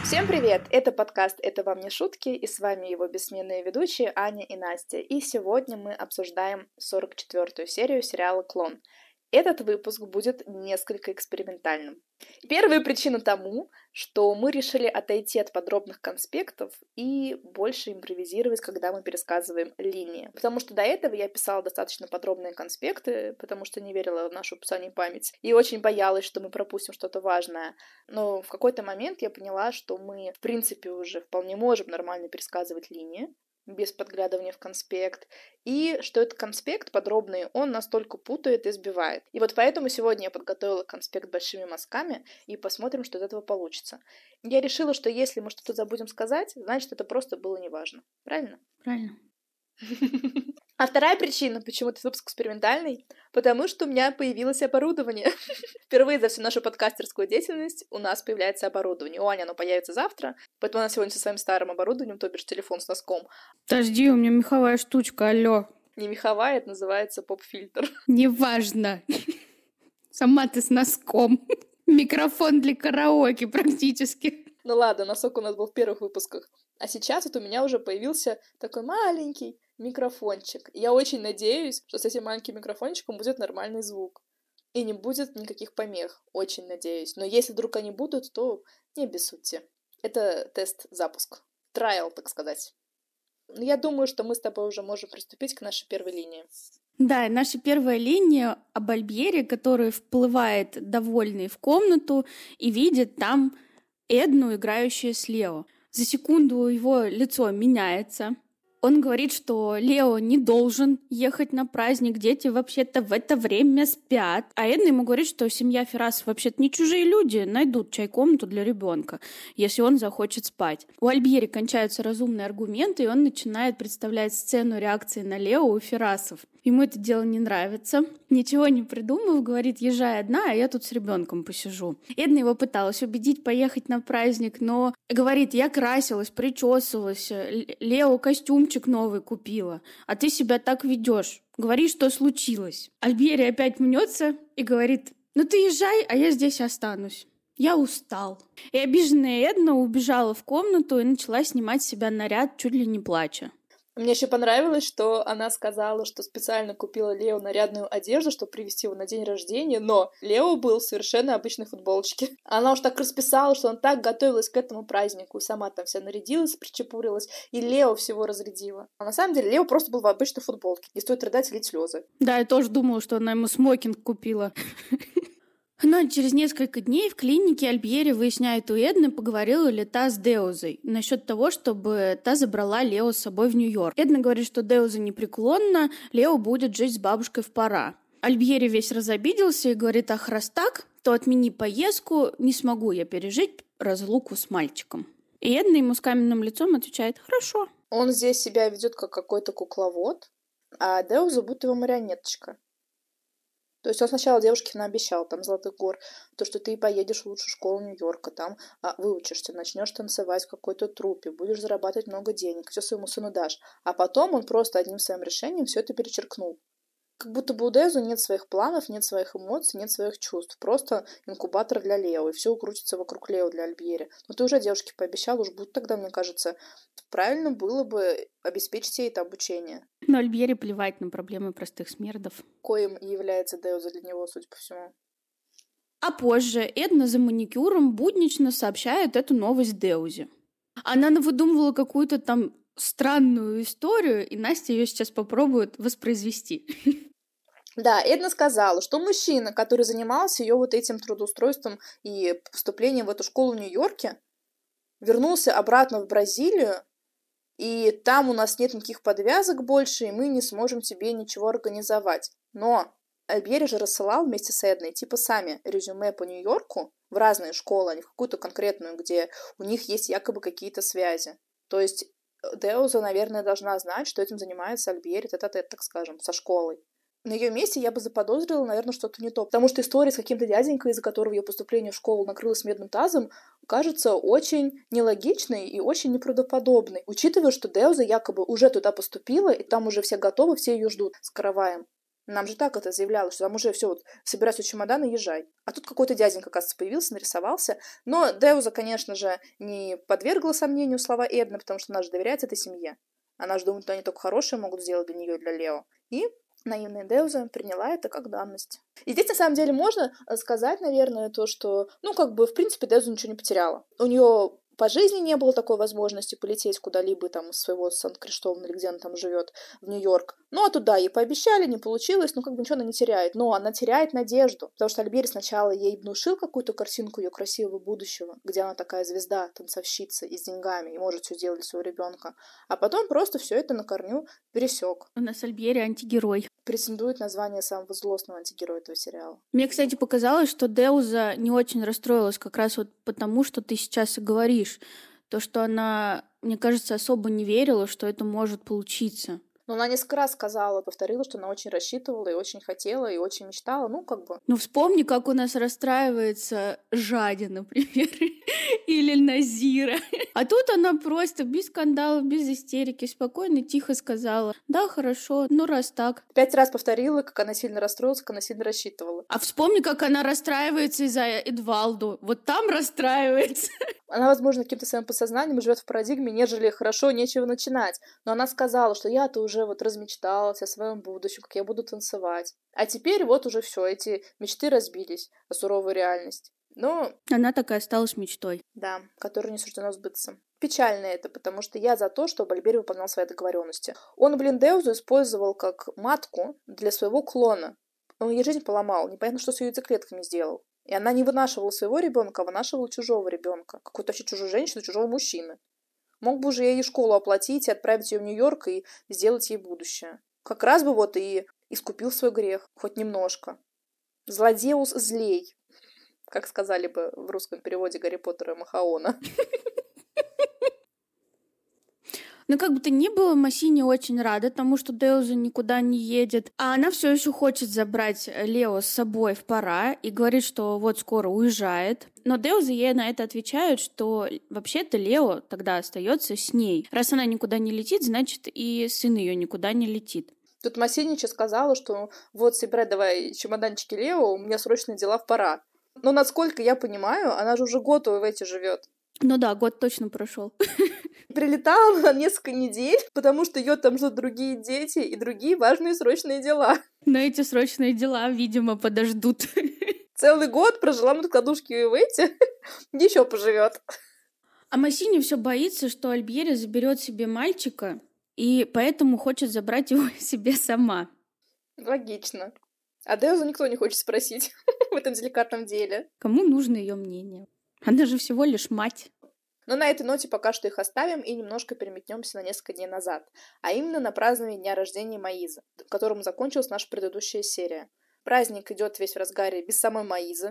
Всем привет! Это подкаст «Это вам не шутки», и с вами его бессменные ведущие Аня и Настя. И сегодня мы обсуждаем 44-ю серию сериала «Клон». Этот выпуск будет несколько экспериментальным. Первая причина тому, что мы решили отойти от подробных конспектов и больше импровизировать, когда мы пересказываем линии. Потому что до этого я писала достаточно подробные конспекты, потому что не верила в нашу писание память, и очень боялась, что мы пропустим что-то важное. Но в какой-то момент я поняла, что мы, в принципе, уже вполне можем нормально пересказывать линии, без подглядывания в конспект, и что этот конспект подробный, он настолько путает и сбивает. И вот поэтому сегодня я подготовила конспект большими мазками, и посмотрим, что из этого получится. Я решила, что если мы что-то забудем сказать, значит, это просто было неважно. Правильно? Правильно. А вторая причина, почему этот выпуск экспериментальный, потому что у меня появилось оборудование. Впервые за всю нашу подкастерскую деятельность у нас появляется оборудование. У Ани оно появится завтра, поэтому она сегодня со своим старым оборудованием, то бишь телефон с носком. Подожди, у меня меховая штучка, алло. Не меховая, это называется поп-фильтр. Неважно. Сама ты с носком. Микрофон для караоке практически. Ну ладно, носок у нас был в первых выпусках. А сейчас вот у меня уже появился такой маленький микрофончик. Я очень надеюсь, что с этим маленьким микрофончиком будет нормальный звук. И не будет никаких помех. Очень надеюсь. Но если вдруг они будут, то не обессудьте. Это тест-запуск. Трайл, так сказать. Я думаю, что мы с тобой уже можем приступить к нашей первой линии. Да, и наша первая линия об Альбере, который вплывает довольный в комнату и видит там Эдну, играющую с Лео. За секунду его лицо меняется. Он говорит, что Лео не должен ехать на праздник, дети вообще-то в это время спят. А Эдна ему говорит, что семья Феррасов вообще-то не чужие люди, найдут чай-комнату для ребенка, если он захочет спать. У Альбери кончаются разумные аргументы, и он начинает представлять сцену реакции на Лео у Феррасов. Ему это дело не нравится. Ничего не придумав, говорит, езжай одна, а я тут с ребенком посижу. Эдна его пыталась убедить поехать на праздник, но говорит, я красилась, причесывалась, Лео костюмчик новый купила, а ты себя так ведешь. Говори, что случилось. Альбери опять мнется и говорит, ну ты езжай, а я здесь останусь. Я устал. И обиженная Эдна убежала в комнату и начала снимать с себя наряд, чуть ли не плача. Мне еще понравилось, что она сказала, что специально купила Лео нарядную одежду, чтобы привезти его на день рождения, но Лео был в совершенно обычной футболочке. Она уж так расписала, что он так готовилась к этому празднику, сама там вся нарядилась, причепурилась, и Лео всего разрядила. А на самом деле Лео просто был в обычной футболке. Не стоит рыдать и лить слезы. Да, я тоже думала, что она ему смокинг купила. Но через несколько дней в клинике Альбери выясняет у Эдны, поговорила ли та с Деузой насчет того, чтобы та забрала Лео с собой в Нью-Йорк. Эдна говорит, что Деуза непреклонна, Лео будет жить с бабушкой в Пара. Альбери весь разобиделся и говорит, ах, раз так, то отмени поездку, не смогу я пережить разлуку с мальчиком. И Эдна ему с каменным лицом отвечает, хорошо. Он здесь себя ведет как какой-то кукловод, а Деуза будто его марионеточка. То есть он сначала девушке наобещал, там, Золотых гор, то, что ты поедешь в лучшую школу Нью-Йорка, там выучишься, начнешь танцевать в какой-то труппе, будешь зарабатывать много денег, все своему сыну дашь. А потом он просто одним своим решением все это перечеркнул. Как будто бы у Дезу нет своих планов, нет своих эмоций, нет своих чувств. Просто инкубатор для Лео, и все крутится вокруг Лео для Альбери. Но ты уже девушке пообещал, уж будь тогда, мне кажется, правильно было бы обеспечить ей это обучение. Но Альбери плевать на проблемы простых смердов. Коим и является Деуза для него, судя по всему. А позже Эдна за маникюром буднично сообщает эту новость Деузе. Она навыдумывала какую-то там странную историю, и Настя ее сейчас попробует воспроизвести. Да, Эдна сказала, что мужчина, который занимался ее вот этим трудоустройством и поступлением в эту школу в Нью-Йорке, вернулся обратно в Бразилию, и там у нас нет никаких подвязок больше, и мы не сможем тебе ничего организовать. Но Альбери же рассылал вместе с Эдной, типа сами, резюме по Нью-Йорку в разные школы, а не в какую-то конкретную, где у них есть якобы какие-то связи. То есть Деуза, наверное, должна знать, что этим занимается Альбери, тет-а-тет, так скажем, со школой. На ее месте я бы заподозрила, наверное, что-то не то. Потому что история с каким-то дяденькой, из-за которого ее поступление в школу накрылось медным тазом, кажется очень нелогичной и очень неправдоподобной, учитывая, что Деуза якобы уже туда поступила, и там уже все готовы, все ее ждут с караваем. Нам же так это заявлялось, что там уже все, вот, собирай свой чемодан и езжай. А тут какой-то дяденька, кажется, появился, нарисовался. Но Деуза, конечно же, не подвергла сомнению слова Эдны, потому что она же доверяет этой семье. Она же думает, что они только хорошее могут сделать для нее и для Лео. И наивная Деуза приняла это как данность. И здесь, на самом деле, можно сказать, наверное, то, что, в принципе, Деуза ничего не потеряла. У нее по жизни не было такой возможности полететь куда-либо там из своего Санкт-Криштофана или где она там живет, в Нью-Йорк. А туда ей пообещали, не получилось, ничего она не теряет. Но она теряет надежду, потому что Альбери сначала ей внушил какую-то картинку ее красивого будущего, где она такая звезда, танцовщица и с деньгами, и может все делать для своего ребенка. А потом просто все это на корню пересек. У нас Альбери антигерой. Претендует на звание самого злостного антигероя этого сериала. Мне, кстати, показалось, что Деуза не очень расстроилась как раз вот потому, что ты сейчас и говоришь. То, что она, мне кажется, особо не верила, что это может получиться. Но она несколько раз повторила, что она очень рассчитывала и очень хотела, и очень мечтала, вспомни, как у нас расстраивается Жади, например, или Назира. А тут она просто без скандалов, без истерики, спокойно, тихо сказала: да, хорошо, раз так. 5 раз повторила, как она сильно расстроилась, как она сильно рассчитывала. А вспомни, как она расстраивается из-за Эдвалду. Вот там расстраивается. Она, возможно, каким-то своим подсознанием живет в парадигме, нежели хорошо, нечего начинать. Но она сказала, что я-то уже размечталась о своем будущем, как я буду танцевать. А теперь уже все, эти мечты разбились о суровую реальность. Но она такая осталась мечтой. Да, которой не суждено сбыться. Печально это, потому что я за то, чтобы Альбери выполнял свои договоренности. Он, Деузу использовал как матку для своего клона. Он ей жизнь поломал, непонятно, что с ее яйцеклетками сделал. И она не вынашивала своего ребенка, а вынашивала чужого ребенка. Какую-то вообще чужую женщину, чужого мужчины. Мог бы уже ей школу оплатить и отправить ее в Нью-Йорк и сделать ей будущее. Как раз бы и искупил свой грех, хоть немножко. Злодеус злей, как сказали бы в русском переводе Гарри Поттера и Махаона. Как бы то ни было, Массини очень рада тому, что Деуза никуда не едет. А она все еще хочет забрать Лео с собой в пора и говорит, что вот скоро уезжает. Но Деуза ей на это отвечает, что вообще-то Лео тогда остается с ней. Раз она никуда не летит, значит и сын ее никуда не летит. Тут Массинича сказала, что собирай давай чемоданчики Лео, у меня срочные дела в пора. Но, насколько я понимаю, она же уже год в эти живет. Да, год точно прошел. Прилетала на несколько недель, потому что ее там ждут другие дети и другие важные срочные дела. Но эти срочные дела, видимо, подождут. Целый год прожила на раскладушке в эти, еще поживет. А Массини все боится, что Альбери заберет себе мальчика, и поэтому хочет забрать его себе сама. Логично. А Деузу никто не хочет спросить в этом деликатном деле. Кому нужно ее мнение? Она же всего лишь мать. Но на этой ноте пока что их оставим и немножко переметнемся на несколько дней назад, а именно на празднование дня рождения Маизы, которым закончилась наша предыдущая серия. Праздник идет весь в разгаре без самой Маизы.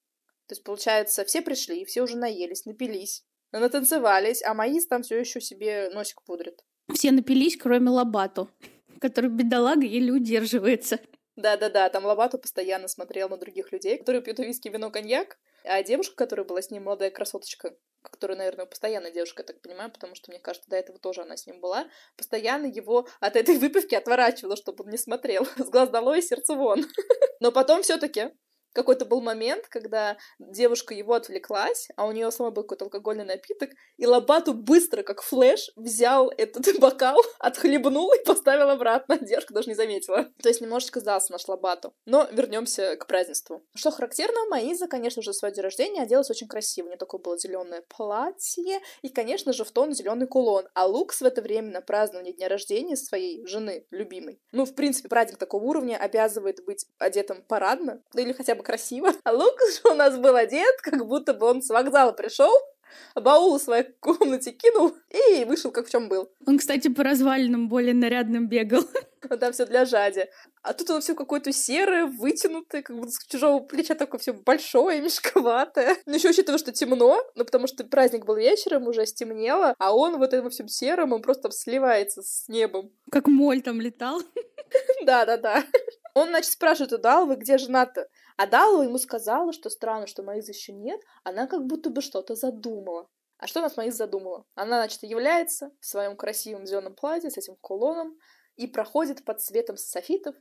То есть, получается, все пришли, все уже наелись, напились, натанцевались, а Маиз там все еще себе носик пудрит. Все напились, кроме Лобато, который, бедолага, еле удерживается. Да-да-да, там Лобато постоянно смотрел на других людей, которые пьют виски, вино, коньяк, а девушка, которая была с ним, молодая красоточка, которая, наверное, постоянно девушка, я так понимаю, потому что, мне кажется, до этого тоже она с ним была, постоянно его от этой выпивки отворачивала, чтобы он не смотрел. С глаз долой и сердце вон. Но потом все-таки какой-то был момент, когда девушка его отвлеклась, а у нее самой был какой-то алкогольный напиток, и Лобато быстро, как флэш, взял этот бокал, отхлебнул и поставил обратно. Девушка даже не заметила. То есть немножечко сдался наш Лобато. Но вернемся к празднеству. Что характерно, Маиза, конечно же, в свой день рождения оделась очень красиво. У нее такое было зеленое платье и, конечно же, в тон зеленый кулон. А Лукс в это время на празднование дня рождения своей жены, любимой. В принципе, праздник такого уровня обязывает быть одетым парадно, или хотя бы красиво. А Лукас же у нас был одет, как будто бы он с вокзала пришел, баул в своей комнате кинул и вышел, как в чем был. Он, кстати, по развалинам более нарядным бегал. Там все для Жади. А тут он все какое-то серое, вытянутое, как будто с чужого плеча такое все большое, мешковатое. Еще учитывая, что темно, потому что праздник был вечером, уже стемнело, а он вот во всем сером, он просто сливается с небом. Как моль там летал. Да-да-да. Он, значит, спрашивает у Далвы, где жена-то? А Далва ему сказала, что странно, что Маизы еще нет, она как будто бы что-то задумала. А что у нас Маиза задумала? Она, значит, является в своем красивом зеленом платье с этим кулоном и проходит под светом софитов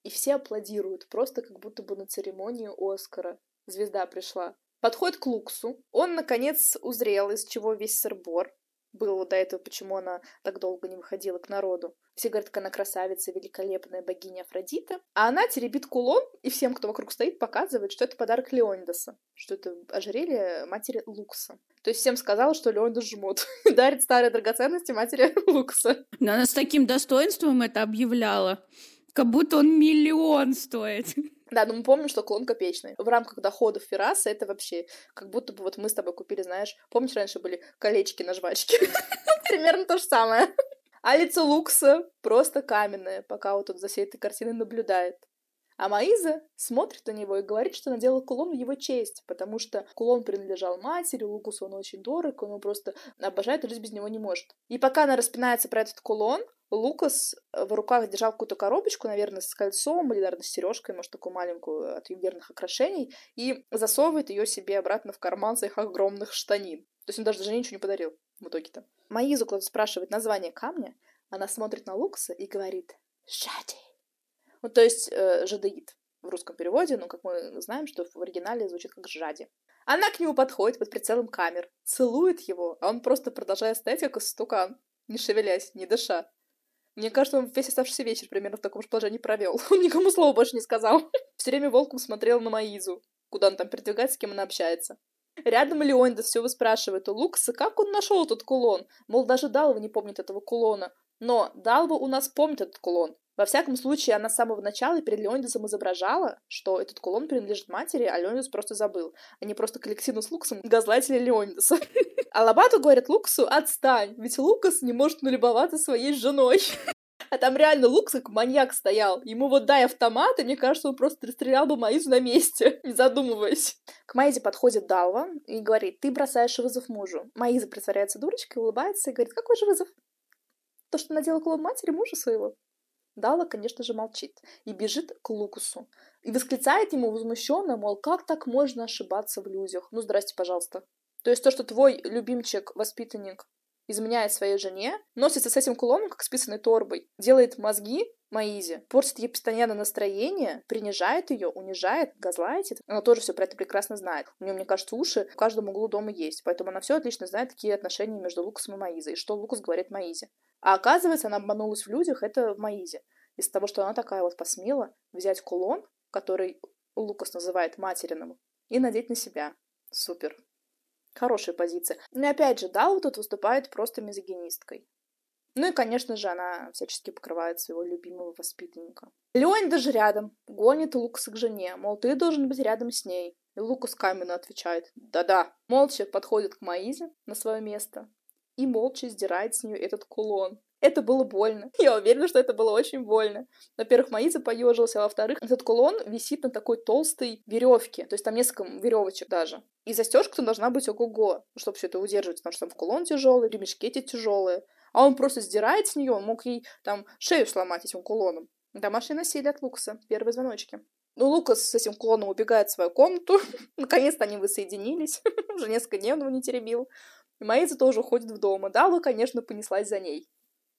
И все аплодируют, просто как будто бы на церемонию Оскара. Звезда пришла. Подходит к Луксу. Он, наконец, узрел, из чего весь сыр-бор. Было до этого, почему она так долго не выходила к народу. Все говорят, как она красавица, великолепная богиня Афродита. А она теребит кулон, и всем, кто вокруг стоит, показывает, что это подарок Леонидаса, что это ожерелье матери Лукса. То есть всем сказала, что Леонидас жмот. Дарит старые драгоценности матери Лукса. Но она с таким достоинством это объявляла. Как будто он 1 миллион стоит. Да, но мы помним, что кулон копеечный. В рамках доходов Ферраса это вообще как будто бы вот мы с тобой купили, знаешь, помнишь, раньше были колечки на жвачке? Примерно то же самое. А лицо Лукса просто каменное, пока вот он за всей этой картиной наблюдает. А Маиза смотрит на него и говорит, что надела кулон в его честь, потому что кулон принадлежал матери, Лукусу он очень дорог, он его просто обожает и жить без него не может. И пока она распинается про этот кулон, Лукас в руках держал какую-то коробочку, наверное, с кольцом или, наверное, с сережкой, может, такую маленькую от ювелирных украшений, и засовывает ее себе обратно в карман своих огромных штанин. То есть он даже жене ничего не подарил в итоге-то. Маизу кто-то спрашивает название камня, она смотрит на Лукаса и говорит «Жади». Ну, то есть жадеид в русском переводе, но, как мы знаем, что в оригинале звучит как жади. Она к нему подходит под прицелом камер, целует его, а он просто продолжает стоять, как истукан, не шевелясь, не дыша. Мне кажется, он весь оставшийся вечер примерно в таком же положении провел. Он никому слова больше не сказал. Все время волком смотрел на Маизу, куда он там передвигается, с кем она общается. Рядом Леонидас все выспрашивает у Лукаса, как он нашел этот кулон. Мол, даже Далва не помнит этого кулона. Но Далва у нас помнит этот кулон. Во всяком случае, она с самого начала перед Леонидасом изображала, что этот кулон принадлежит матери, а Леонидас просто забыл. Они просто коллективно с Лукасом газлайтили Леонидаса. А Лабату говорит Лукасу: отстань, ведь Лукас не может налюбоваться своей женой. А там реально Лукас как маньяк стоял. Ему вот дай автомат, и мне кажется, он просто расстрелял бы Маизу на месте, не задумываясь. К Маизе подходит Далва и говорит: ты бросаешь вызов мужу. Маиза притворяется дурочкой, улыбается и говорит: какой же вызов? То, что надела кулон матери мужа своего. Далва, конечно же, молчит и бежит к Лукасу. И восклицает ему возмущенно, мол, как так можно ошибаться в людях? Ну, здрасте, пожалуйста. То есть то, что твой любимчик, воспитанник, изменяет своей жене, носится с этим кулоном, как с писаной торбой, делает мозги Маизе, портит ей постоянно настроение, принижает ее, унижает, газлайтит. Она тоже все про это прекрасно знает. У нее, мне кажется, уши в каждом углу дома есть, поэтому она все отлично знает, какие отношения между Лукасом и Маизой, и что Лукас говорит Маизе. А оказывается, она обманулась в людях, это в Маизе. Из-за того, что она такая вот посмела взять кулон, который Лукас называет материным, и надеть на себя. Супер. Хорошая позиция. Но и опять же, Далва тут выступает просто мизогинисткой. Ну и, конечно же, она всячески покрывает своего любимого воспитанника. Леонид даже рядом гонит Лукаса к жене, мол, ты должен быть рядом с ней. И Лукас каменно отвечает: да-да. Молча подходит к Маизе на свое место и молча сдирает с нее этот кулон. Это было больно. Я уверена, что это было очень больно. Во-первых, Маиза поежилась, а во-вторых, этот кулон висит на такой толстой веревке. То есть там несколько веревочек даже. И застежка-то должна быть ого-го, чтобы все это удерживать, потому что там кулон тяжелый, ремешки эти тяжелые. А он просто сдирает с нее, он мог ей там шею сломать этим кулоном. Домашнее насилие от Лукаса. Первые звоночки. Ну, Лукас с этим кулоном убегает в свою комнату. Наконец-то они воссоединились. Уже несколько дней он его не теребил. И Маиза тоже уходит в дом. И Далва, конечно, понеслась за ней.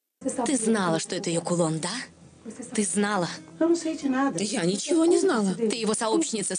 Ты знала, что это ее кулон, да? Ты знала. Я ничего не знала. Ты его сообщница.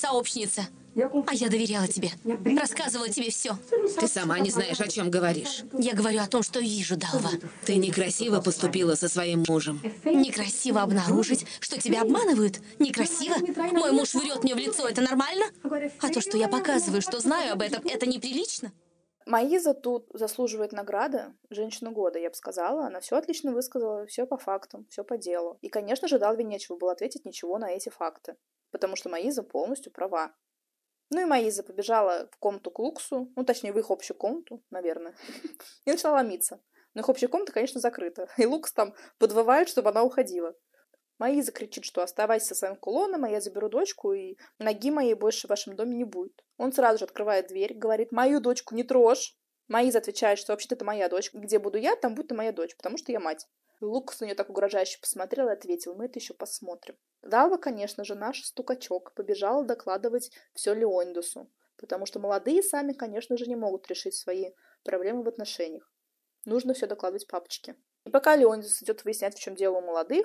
А я доверяла тебе. Рассказывала тебе все. Ты сама не знаешь, о чем говоришь. Я говорю о том, что вижу, Далва. Ты некрасиво поступила со своим мужем. Некрасиво обнаружить, что тебя обманывают. Некрасиво? Мой муж врет мне в лицо, это нормально? А то, что я показываю, что знаю об этом, это неприлично? Маиза тут заслуживает награды «Женщина года», я бы сказала. Она все отлично высказала, все по фактам, все по делу. И, конечно же, Далве нечего было ответить ничего на эти факты, потому что Маиза полностью права. Ну и Маиза побежала в комнату к Луксу, ну, точнее, в их общую комнату, наверное, и начала ломиться. Но их общая комната, конечно, закрыта. И Лукс там подвывает, чтобы она уходила. Маиза кричит, что оставайся со своим кулоном, а я заберу дочку, и ноги моей больше в вашем доме не будет. Он сразу же открывает дверь, говорит: мою дочку не трожь. Маиза отвечает, что вообще-то это моя дочь. Где буду я, там будет и моя дочь, потому что я мать. Лукас на нее так угрожающе посмотрел и ответил: мы это еще посмотрим. Далва, конечно же, наш стукачок, побежала докладывать все Леонидасу, потому что молодые сами, конечно же, не могут решить свои проблемы в отношениях. Нужно все докладывать папочке. И пока Леонидас идет выяснять, в чем дело у молодых,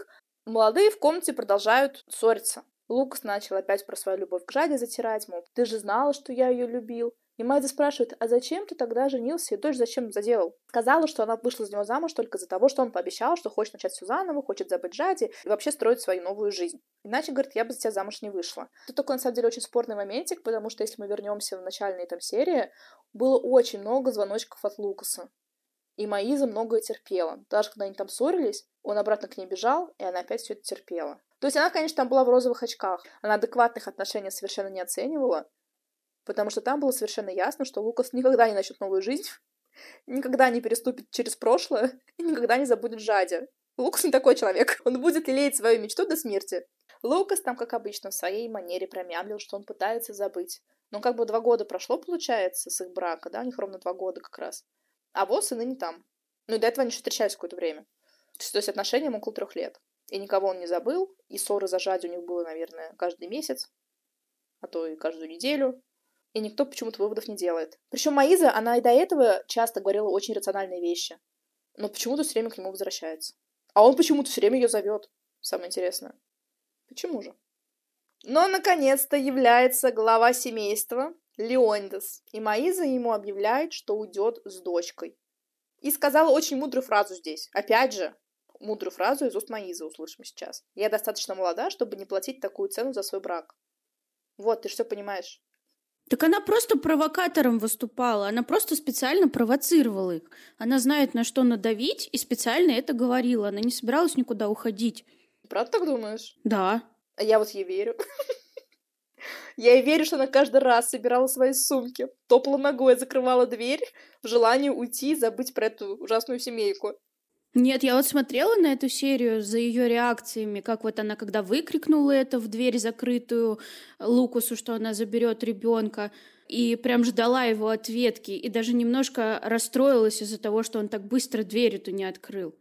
Молодые в комнате продолжают ссориться. Лукас начал опять про свою любовь к Жаде затирать, мол, ты же знала, что я ее любил. И Майза спрашивает, а зачем ты тогда женился и дочь зачем заделал? Сказала, что она вышла за него замуж только из-за того, что он пообещал, что хочет начать все заново, хочет забыть Жади и вообще строить свою новую жизнь. Иначе, говорит, я бы за тебя замуж не вышла. Это такой, на самом деле, очень спорный моментик, потому что если мы вернемся в начальной там серии, было очень много звоночков от Лукаса. И Маиза многое терпела. Даже когда они там ссорились, он обратно к ней бежал, и она опять все это терпела. То есть она, конечно, там была в розовых очках. Она адекватных отношений совершенно не оценивала, потому что там было совершенно ясно, что Лукас никогда не начнет новую жизнь, никогда не переступит через прошлое и никогда не забудет Жади. Лукас не такой человек. Он будет лелеять свою мечту до смерти. Лукас там, как обычно, в своей манере промямлил, что он пытается забыть. Но как бы 2 года прошло, получается, с их брака, да, у них ровно 2 года как раз. А вот сыны не там. Ну и до этого они еще встречались какое-то время. То есть отношениям около 3 лет. И никого он не забыл, и ссоры за Жади у них было, наверное, каждый месяц, а то и каждую неделю. И никто почему-то выводов не делает. Причем Маиза, она и до этого часто говорила очень рациональные вещи. Но почему-то все время к нему возвращается. А он почему-то все время ее зовет. Самое интересное. Почему же? Но, наконец-то, является глава семейства Леондас. И Маиза ему объявляет, что уйдет с дочкой. И сказала очень мудрую фразу здесь. Опять же, мудрую фразу из уст Маизы услышим сейчас. Я достаточно молода, чтобы не платить такую цену за свой брак. Вот, ты что понимаешь? Так она просто провокатором выступала, она просто специально провоцировала их. Она знает, на что надавить, и специально это говорила. Она не собиралась никуда уходить. Правда так думаешь? Да. А я вот ей верю. Я ей верю, что она каждый раз собирала свои сумки, топала ногой, закрывала дверь в желании уйти и забыть про эту ужасную семейку. Нет, я вот смотрела на эту серию за ее реакциями, как вот она, когда выкрикнула это в дверь закрытую Лукасу, что она заберет ребенка, и прям ждала его ответки, и даже немножко расстроилась из-за того, что он так быстро дверь эту не открыл.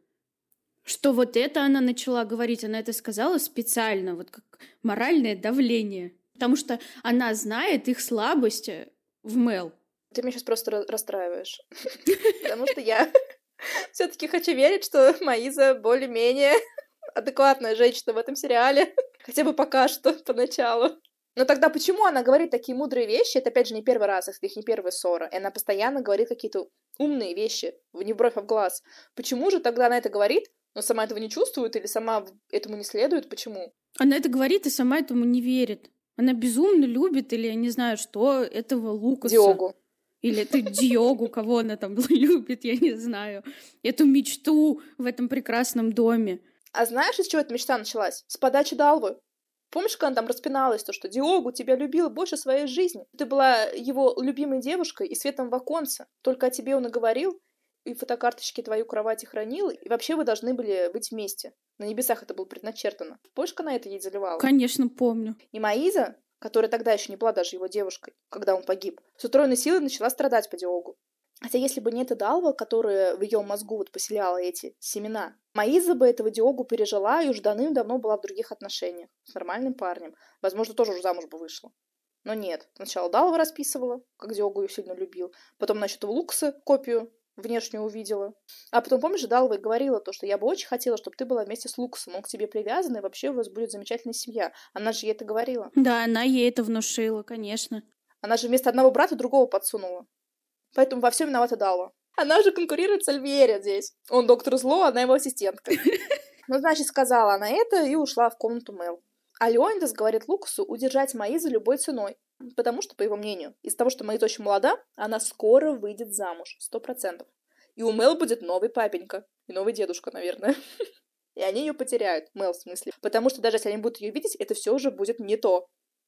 Что вот это она начала говорить, она это сказала специально, вот как моральное давление, потому что она знает их слабость в Мел. Ты меня сейчас просто расстраиваешь, потому что я все-таки хочу верить, что Маиза более-менее адекватная женщина в этом сериале. Хотя бы пока что, поначалу. Но тогда почему она говорит такие мудрые вещи? Это, опять же, не первый раз, их не первая ссора. И она постоянно говорит какие-то умные вещи, не в бровь, а в глаз. Почему же тогда она это говорит, но сама этого не чувствует или сама этому не следует? Почему? Она это говорит и сама этому не верит. Она безумно любит, или я не знаю что, этого Лукаса. Диогу. Или это Диогу, кого она там любит, я не знаю. Эту мечту в этом прекрасном доме. А знаешь, из чего эта мечта началась? С подачи Далвы. Помнишь, как она там распиналась, то, что Диогу тебя любил больше своей жизни? Ты была его любимой девушкой и светом в оконце. Только о тебе он и говорил, и фотокарточки твою кровати хранил, и вообще вы должны были быть вместе. На небесах это было предначертано. Помнишь, как она это ей заливала? Конечно, помню. И Маиза, которая тогда еще не была даже его девушкой, когда он погиб, с утроенной силой начала страдать по Диогу. Хотя если бы не эта Далва, которая в ее мозгу вот поселяла эти семена, Маиза бы этого Диогу пережила и уже давным-давно была в других отношениях с нормальным парнем. Возможно, тоже уже замуж бы вышла. Но нет. Сначала Далва расписывала, как Диогу ее сильно любил. Потом, значит, в Лукаса копию внешнюю увидела. А потом, помнишь, Далва и говорила то, что я бы очень хотела, чтобы ты была вместе с Лукасом. Он к тебе привязан, и вообще у вас будет замечательная семья. Она же ей это говорила. Да, она ей это внушила, конечно. Она же вместо одного брата другого подсунула. Поэтому во всем виновата Далва. Она же конкурирует с Альвери здесь. Он доктор зло, она его ассистентка. Ну, значит, сказала она это и ушла в комнату Мел. А Леондас говорит Лукасу удержать Маизу любой ценой. Потому что, по его мнению, из-за того, что Маиза очень молода, она скоро выйдет замуж. 100%. И у Мел будет новый папенька. И новый дедушка, наверное. И они ее потеряют. Мел, в смысле. Потому что даже если они будут ее видеть, это все уже будет не то.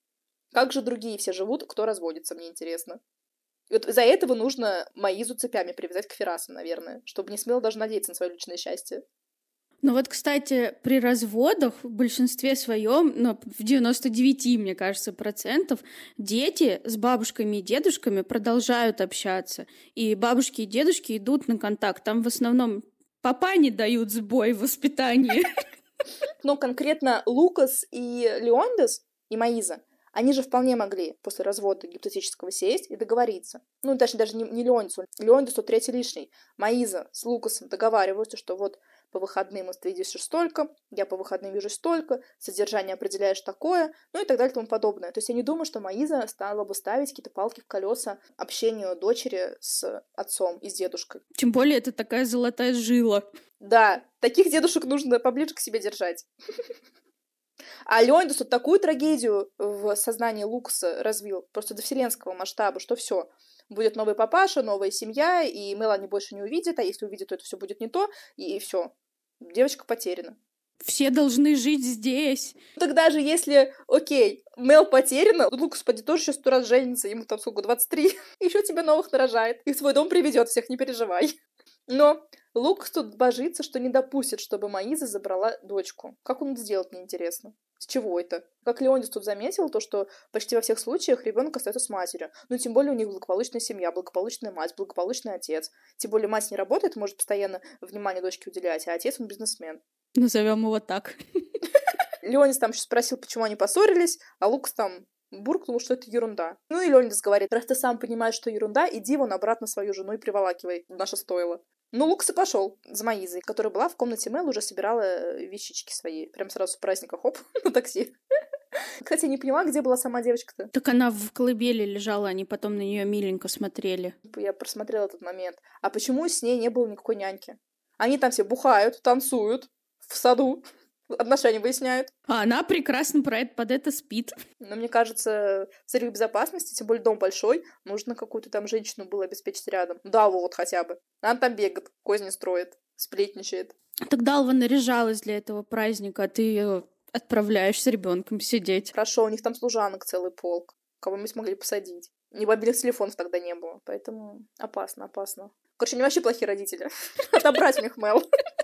Как же другие все живут, кто разводится, мне интересно. И вот из-за этого нужно Маизу цепями привязать к Ферасам, наверное, чтобы не смело даже надеяться на свое личное счастье. Ну вот, кстати, при разводах в большинстве своем, ну, в 99, мне кажется, процентов, дети с бабушками и дедушками продолжают общаться. И бабушки и дедушки идут на контакт. Там в основном папа не дают сбой в воспитании. Но конкретно Лукас и Леондас, и Маиза, они же вполне могли после развода гипотетического сесть и договориться. Ну, даже не Леондасу. Леондасу третий лишний. Маиза с Лукасом договариваются, что вот по выходным ты видишь столько, я по выходным вижу столько, содержание определяешь такое, ну и так далее и тому подобное. То есть я не думаю, что Маиза стала бы ставить какие-то палки в колеса общению дочери с отцом и с дедушкой. Тем более это такая золотая жила. Да, таких дедушек нужно поближе к себе держать. А Леонидас вот такую трагедию в сознании Лукаса развил, просто до вселенского масштаба, что все будет новый папаша, новая семья, и Мелани больше не увидит, а если увидит, то это все будет не то, и все. Девочка потеряна. Все должны жить здесь. Тогда же, если, окей, Мел потеряна, Лукас, поди, тоже сейчас 100 раз женится, ему там сколько, 23, еще тебе новых нарожает, и в свой дом приведет всех, не переживай. Но Лукас тут божится, что не допустит, чтобы Маиза забрала дочку. Как он это сделает, мне интересно. С чего это? Как Леонидас тут заметил, то, что почти во всех случаях ребенок остается с матерью. Ну, тем более у них благополучная семья, благополучная мать, благополучный отец. Тем более мать не работает, может постоянно внимание дочке уделять, а отец он бизнесмен. Назовем его так. Леонидас там еще спросил, почему они поссорились, а Лукас там буркнул, что это ерунда. Ну и Леонидас говорит, раз ты сам понимаешь, что ерунда, иди вон обратно свою жену и приволакивай в наше стойло. Ну, Лукас и пошел за Маизой, которая была в комнате Мэл, уже собирала вещички свои. Прям сразу с праздника, хоп, на такси. Кстати, я не поняла, где была сама девочка-то. Так она в колыбели лежала, они потом на нее миленько смотрели. Я просмотрела этот момент. А почему с ней не было никакой няньки? Они там все бухают, танцуют в саду, отношения выясняют. А она прекрасно под это спит. Но мне кажется, в целях безопасности, тем более дом большой, нужно какую-то там женщину было обеспечить рядом. Да, вот хотя бы. Она там бегает, козни строит, сплетничает. Тогда Алва наряжалась для этого праздника, а ты ее отправляешь с ребенком сидеть. Хорошо, у них там служанок целый полк. Кого-нибудь могли посадить. Ни мобильных телефонов тогда не было, поэтому опасно. Короче, они вообще плохие родители. Отобрать у них Мэл.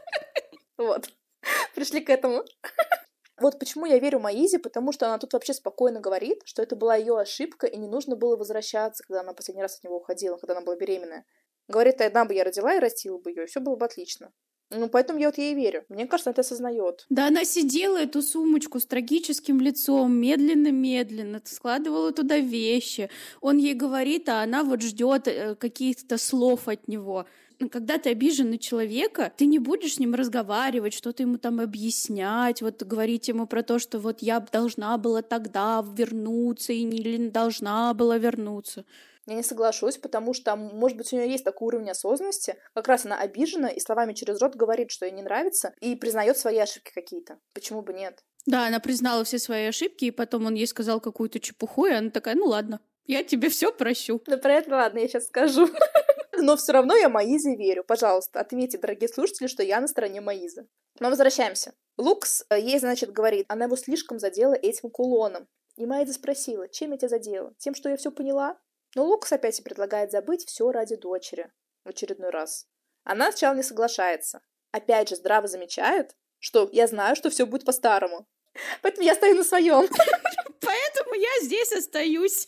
Вот. Пришли к этому. Вот почему я верю Маизе, потому что она тут вообще спокойно говорит, что это была ее ошибка, и не нужно было возвращаться, когда она последний раз от него уходила, когда она была беременная. Говорит, одна бы я родила и растила бы ее, и все было бы отлично. Ну, поэтому я вот ей верю. Мне кажется, она это осознает. Да, она сидела эту сумочку с трагическим лицом, медленно-медленно, складывала туда вещи. Он ей говорит, а она вот ждет каких-то слов от него. Когда ты обижен на человека, ты не будешь с ним разговаривать, что-то ему там объяснять, вот говорить ему про то, что вот я должна была тогда вернуться или не должна была вернуться. Я не соглашусь, потому что, может быть, у нее есть такой уровень осознанности, как раз она обижена и словами через рот говорит, что ей не нравится, и признает свои ошибки какие-то. Почему бы нет? Да, она признала все свои ошибки, и потом он ей сказал какую-то чепуху, и она такая, ну ладно, я тебе все прощу. Да про это ладно, я сейчас скажу. Но все равно я Маизе верю. Пожалуйста, отметьте, дорогие слушатели, что я на стороне Маизы. Но возвращаемся. Лукс ей, значит, говорит, она его слишком задела этим кулоном. И Маиза спросила, чем я тебя задела? Тем, что я все поняла? Но Лукас опять предлагает забыть все ради дочери. В очередной раз. Она сначала не соглашается. Опять же, здраво замечает, что я знаю, что все будет по-старому. Поэтому я стою на своем. Поэтому я здесь остаюсь.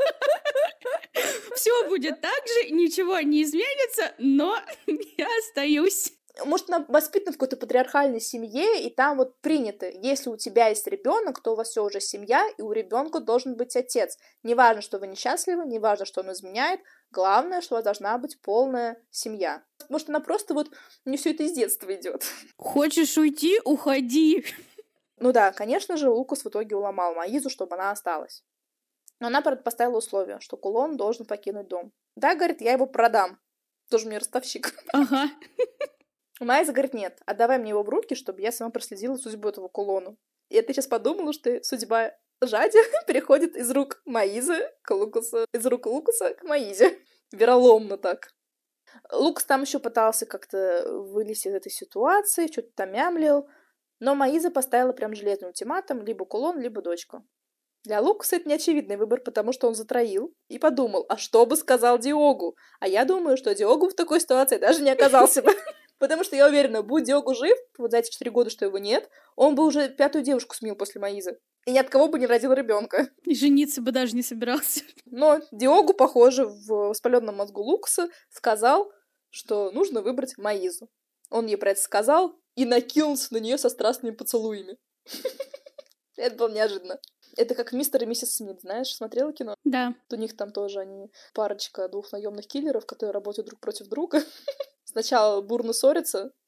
Все будет так же, ничего не изменится, но я остаюсь. Может, она воспитана в какой-то патриархальной семье, и там вот принято, если у тебя есть ребенок, то у вас все уже семья, и у ребенка должен быть отец. Неважно, что вы несчастливы, неважно, что он изменяет, главное, что у вас должна быть полная семья. Может, она просто вот, не все это из детства идет. Хочешь уйти? Уходи. Ну да, конечно же, Лукас в итоге уломал Маизу, чтобы она осталась. Но она поставила условие, что кулон должен покинуть дом. Да, говорит, я его продам. Тоже мне ростовщик. Ага. Маиза говорит, нет, отдавай мне его в руки, чтобы я сама проследила судьбу этого кулону. И ты сейчас подумала, что судьба Жади переходит из рук Маизы к Лукасу, из рук Лукаса к Маизе. Вероломно так. Лукас там еще пытался как-то вылезти из этой ситуации, что-то там мямлил, но Маиза поставила прям железный ультиматум, либо кулон, либо дочку. Для Лукаса это неочевидный выбор, потому что он затроил и подумал, а что бы сказал Диогу? А я думаю, что Диогу в такой ситуации даже не оказался бы. Потому что я уверена, будь Диогу жив, вот за эти 4 года, что его нет, он бы уже 5-ю девушку смил после Маизы. И ни от кого бы не родил ребенка. И жениться бы даже не собирался. Но Диогу, похоже, в воспаленном мозгу Лукаса сказал, что нужно выбрать Маизу. Он ей про это сказал и накинулся на нее со страстными поцелуями. Это было неожиданно. Это как мистер и миссис Смит, знаешь, смотрела кино? Да. У них там тоже они парочка двух наемных киллеров, которые работают друг против друга. Сначала бурно ссорятся,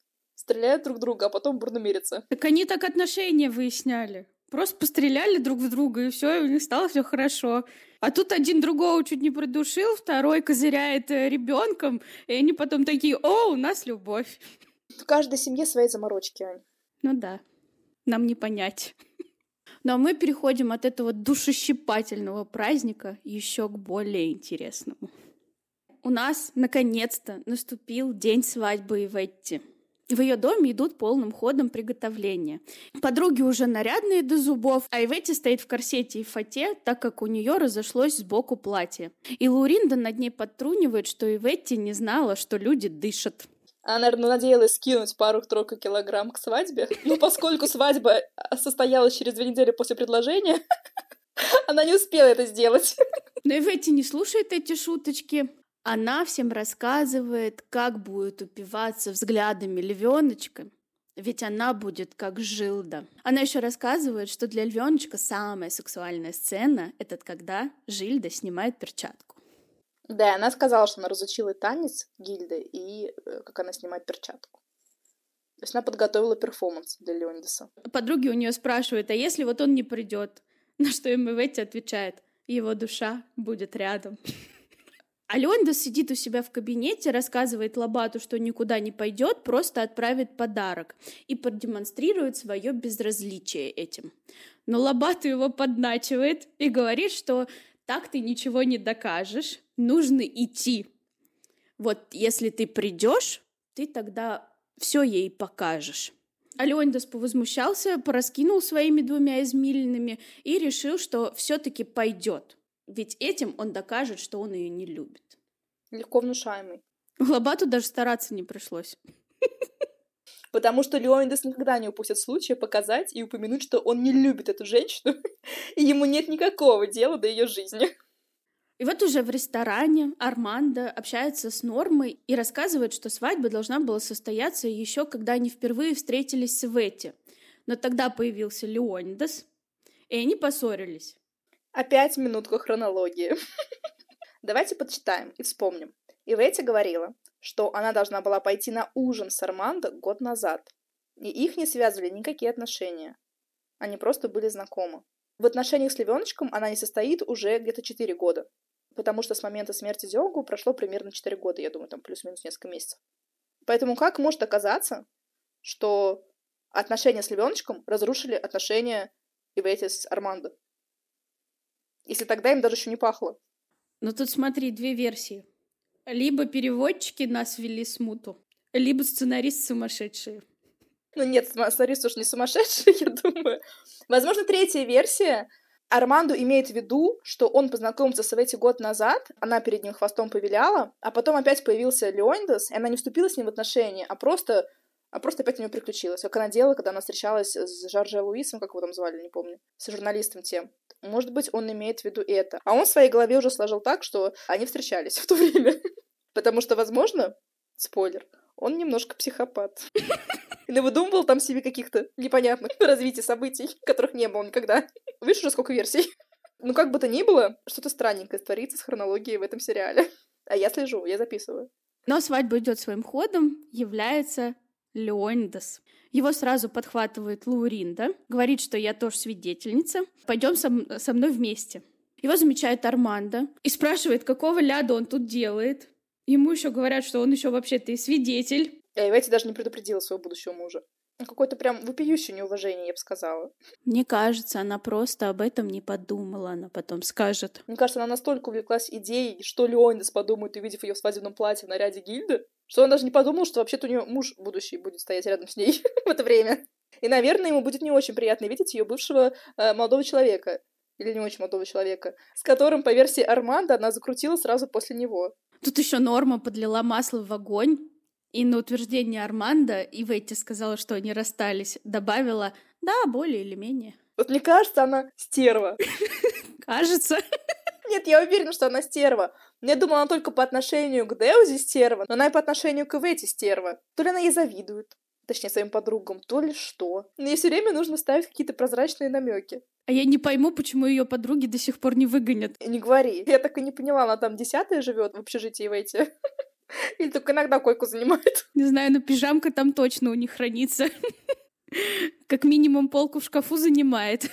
стреляют друг в друга, а потом бурно мирятся. Так они так отношения выясняли. Просто постреляли друг в друга, и все, у них стало все хорошо. А тут один другого чуть не придушил, второй козыряет ребенком, и они потом такие: о, у нас любовь. В каждой семье свои заморочки, Ань. Ну да, нам не понять. Ну а мы переходим от этого душещипательного праздника еще к более интересному. У нас, наконец-то, наступил день свадьбы Иветти. В ее доме идут полным ходом приготовления. Подруги уже нарядные до зубов, а Иветти стоит в корсете и фате, так как у нее разошлось сбоку платье. И Луринда над ней подтрунивает, что Иветти не знала, что люди дышат. Она, наверное, надеялась скинуть пару-тройку килограмм к свадьбе. Но поскольку свадьба состоялась через 2 недели после предложения, она не успела это сделать. Но Иветти не слушает эти шуточки. Она всем рассказывает, как будет упиваться взглядами львеночка, ведь она будет как Жилда. Она еще рассказывает, что для львеночка самая сексуальная сцена — это когда Жильда снимает перчатку. Да, она сказала, что она разучила танец Гильды и как она снимает перчатку. То есть она подготовила перформанс для Леонидаса. Подруги у нее спрашивают: а если вот он не придет? На что им Иветти отвечает: его душа будет рядом. А Леонидас сидит у себя в кабинете, рассказывает Лабату, что никуда не пойдет, просто отправит подарок и продемонстрирует свое безразличие этим. Но Лабату его подначивает и говорит, что так ты ничего не докажешь, нужно идти. Вот если ты придешь, ты тогда все ей покажешь. А Леонидас повозмущался, пораскинул своими 2 извилинами и решил, что все-таки пойдет. Ведь этим он докажет, что он ее не любит. Легко внушаемый. Лабату даже стараться не пришлось. Потому что Леонидас никогда не упустит случая показать и упомянуть, что он не любит эту женщину, и ему нет никакого дела до ее жизни. И вот уже в ресторане Армандо общается с Нормой и рассказывает, что свадьба должна была состояться еще когда они впервые встретились с Иветти. Но тогда появился Леонидас, и они поссорились. Опять минутка хронологии. Давайте подсчитаем и вспомним. Иветти говорила, что она должна была пойти на ужин с Армандо год назад. И их не связывали никакие отношения. Они просто были знакомы. В отношениях с Львеночком она не состоит уже где-то 4 года. Потому что с момента смерти Дёгу прошло примерно 4 года, я думаю, там плюс-минус несколько месяцев. Поэтому как может оказаться, что отношения с Львеночком разрушили отношения Иветти с Армандо? Если тогда им даже еще не пахло. Но тут смотри, 2 версии. Либо переводчики нас ввели смуту, либо сценаристы сумасшедшие. Ну нет, сценарист уж не сумасшедший, я думаю. Возможно, 3-я версия. Армандо имеет в виду, что он познакомился с Иветти год назад, она перед ним хвостом повиляла, а потом опять появился Леонидас, и она не вступила с ним в отношения, а просто опять у нее приключилось, как она делала, когда она встречалась с Жорже Луисом, как его там звали, не помню, с журналистом тем. Может быть, он имеет в виду это. А он в своей голове уже сложил так, что они встречались в то время. Потому что, возможно, спойлер, он немножко психопат. И навыдумывал там себе каких-то непонятных развитий событий, которых не было никогда. Видишь уже сколько версий? Ну, как бы то ни было, что-то странненькое творится с хронологией в этом сериале. А я слежу, я записываю. Но свадьба идет своим ходом, является Леонидас. Его сразу подхватывает Луринда, говорит, что я тоже свидетельница, пойдем со мной вместе. Его замечает Армандо и спрашивает, какого ляда он тут делает. Ему еще говорят, что он еще вообще-то и свидетель. Я Иветти даже не предупредила своего будущего мужа. Какое-то прям вопиющее неуважение, я бы сказала. Мне кажется, она просто об этом не подумала, она потом скажет. Мне кажется, она настолько увлеклась идеей, что Леонидас подумает, увидев ее в свадебном платье в наряде Гильды, что он даже не подумал, что вообще-то у нее муж будущий будет стоять рядом с ней в это время. И, наверное, ему будет не очень приятно видеть ее бывшего молодого человека, или не очень молодого человека, с которым, по версии Армандо, она закрутила сразу после него. Тут еще Норма подлила масло в огонь, и на утверждение Армандо Иветти сказала, что они расстались, добавила: да, более или менее. Вот мне кажется, она стерва. Кажется. Нет, я уверена, что она стерва. Но я думала, она только по отношению к Деузи стерва, но она и по отношению к Иветти стерва. То ли она ей завидует, точнее, своим подругам, то ли что. Но ей все время нужно ставить какие-то прозрачные намеки. А я не пойму, почему ее подруги до сих пор не выгонят. Не говори. Я так и не поняла, она там 10-я живет в общежитии Иветти. Или только иногда койку занимает. Не знаю, но пижамка там точно у них хранится. Как минимум полку в шкафу занимает.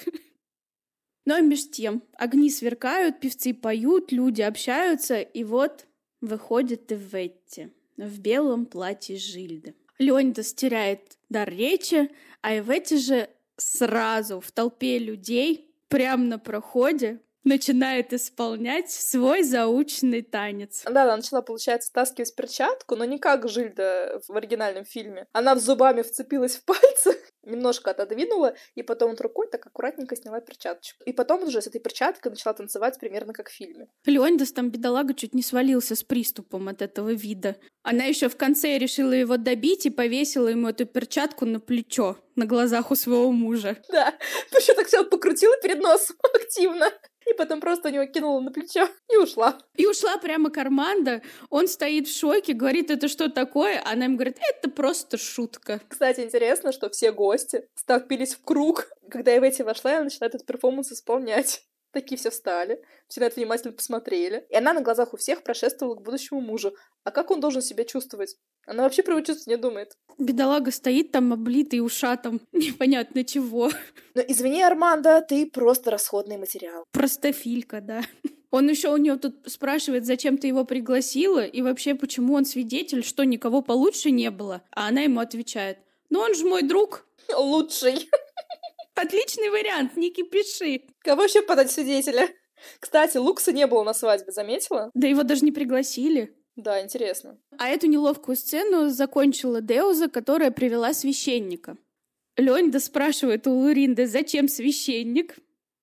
Ну а меж тем, огни сверкают, певцы поют, люди общаются, и вот выходит Иветти в белом платье Жильды. Леонидас теряет дар речи, а Иветти же сразу в толпе людей, прямо на проходе, начинает исполнять свой заученный танец. Да, она начала, получается, стаскивать перчатку, но не как Жильда в оригинальном фильме. Она зубами вцепилась в пальцы, немножко отодвинула, и потом вот рукой так аккуратненько сняла перчаточку. И потом уже с этой перчаткой начала танцевать примерно как в фильме. Леонидас там, бедолага, чуть не свалился с приступом от этого вида. Она еще в конце решила его добить и повесила ему эту перчатку на плечо, на глазах у своего мужа. Да, еще так все покрутила перед носом активно. И потом просто у него кинула на плечо и ушла. И ушла прямо к Армандо. Он стоит в шоке, говорит, это что такое? Она ему говорит, это просто шутка. Кстати, интересно, что все гости столпились в круг, когда Иветти вошла, и она начала этот перформанс исполнять. Такие все встали, все на это внимательно посмотрели. И она на глазах у всех прошествовала к будущему мужу. А как он должен себя чувствовать? Она вообще про его чувства не думает. Бедолага стоит там, облитый ушатом. Непонятно чего. Но извини, Армандо, ты просто расходный материал. Простофилька, да. Он еще у нее тут спрашивает, зачем ты его пригласила, и вообще, почему он свидетель, что никого получше не было. А она ему отвечает, ну он же мой друг. Лучший. Отличный вариант, не кипиши. Кого еще подать свидетеля? Кстати, Лукса не было на свадьбе, заметила? Да его даже не пригласили. Да, интересно. А эту неловкую сцену закончила Деуза, которая привела священника. Леонидас спрашивает у Луринды, зачем священник?